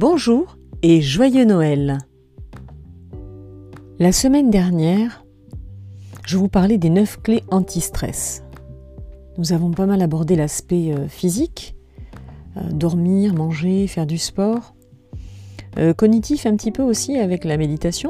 Bonjour et joyeux Noël! La semaine dernière, je vous parlais des 9 clés anti-stress. Nous avons pas mal abordé l'aspect physique, dormir, manger, faire du sport, cognitif un petit peu aussi avec la méditation.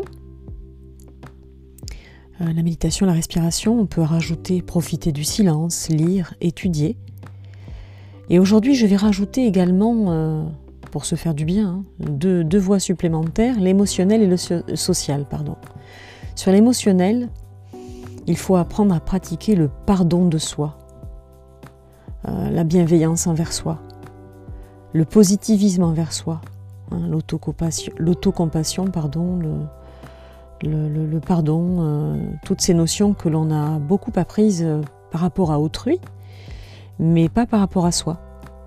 La méditation, la respiration, on peut rajouter profiter du silence, lire, étudier. Et aujourd'hui, je vais rajouter également, pour se faire du bien, deux voies supplémentaires, l'émotionnel et le social. Sur l'émotionnel, il faut apprendre à pratiquer le pardon de soi, la bienveillance envers soi, le positivisme envers soi, l'autocompassion, le pardon, toutes ces notions que l'on a beaucoup apprises par rapport à autrui, mais pas par rapport à soi.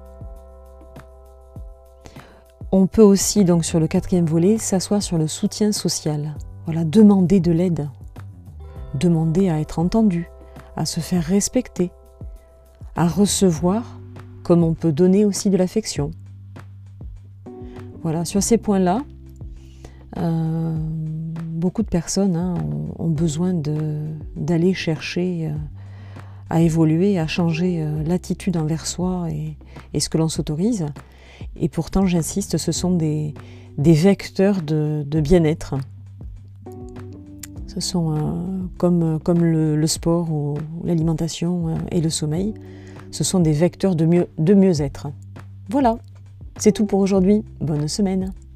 On peut aussi, donc sur le 4e volet, s'asseoir sur le soutien social. Voilà, demander de l'aide, demander à être entendu, à se faire respecter, à recevoir, comme on peut donner aussi de l'affection. Voilà, sur ces points-là, beaucoup de personnes ont besoin d'aller chercher à évoluer, à changer l'attitude envers soi et ce que l'on s'autorise. Et pourtant, j'insiste, ce sont des vecteurs de bien-être. Ce sont comme le sport ou l'alimentation et le sommeil, ce sont des vecteurs de mieux-être. Voilà, c'est tout pour aujourd'hui. Bonne semaine.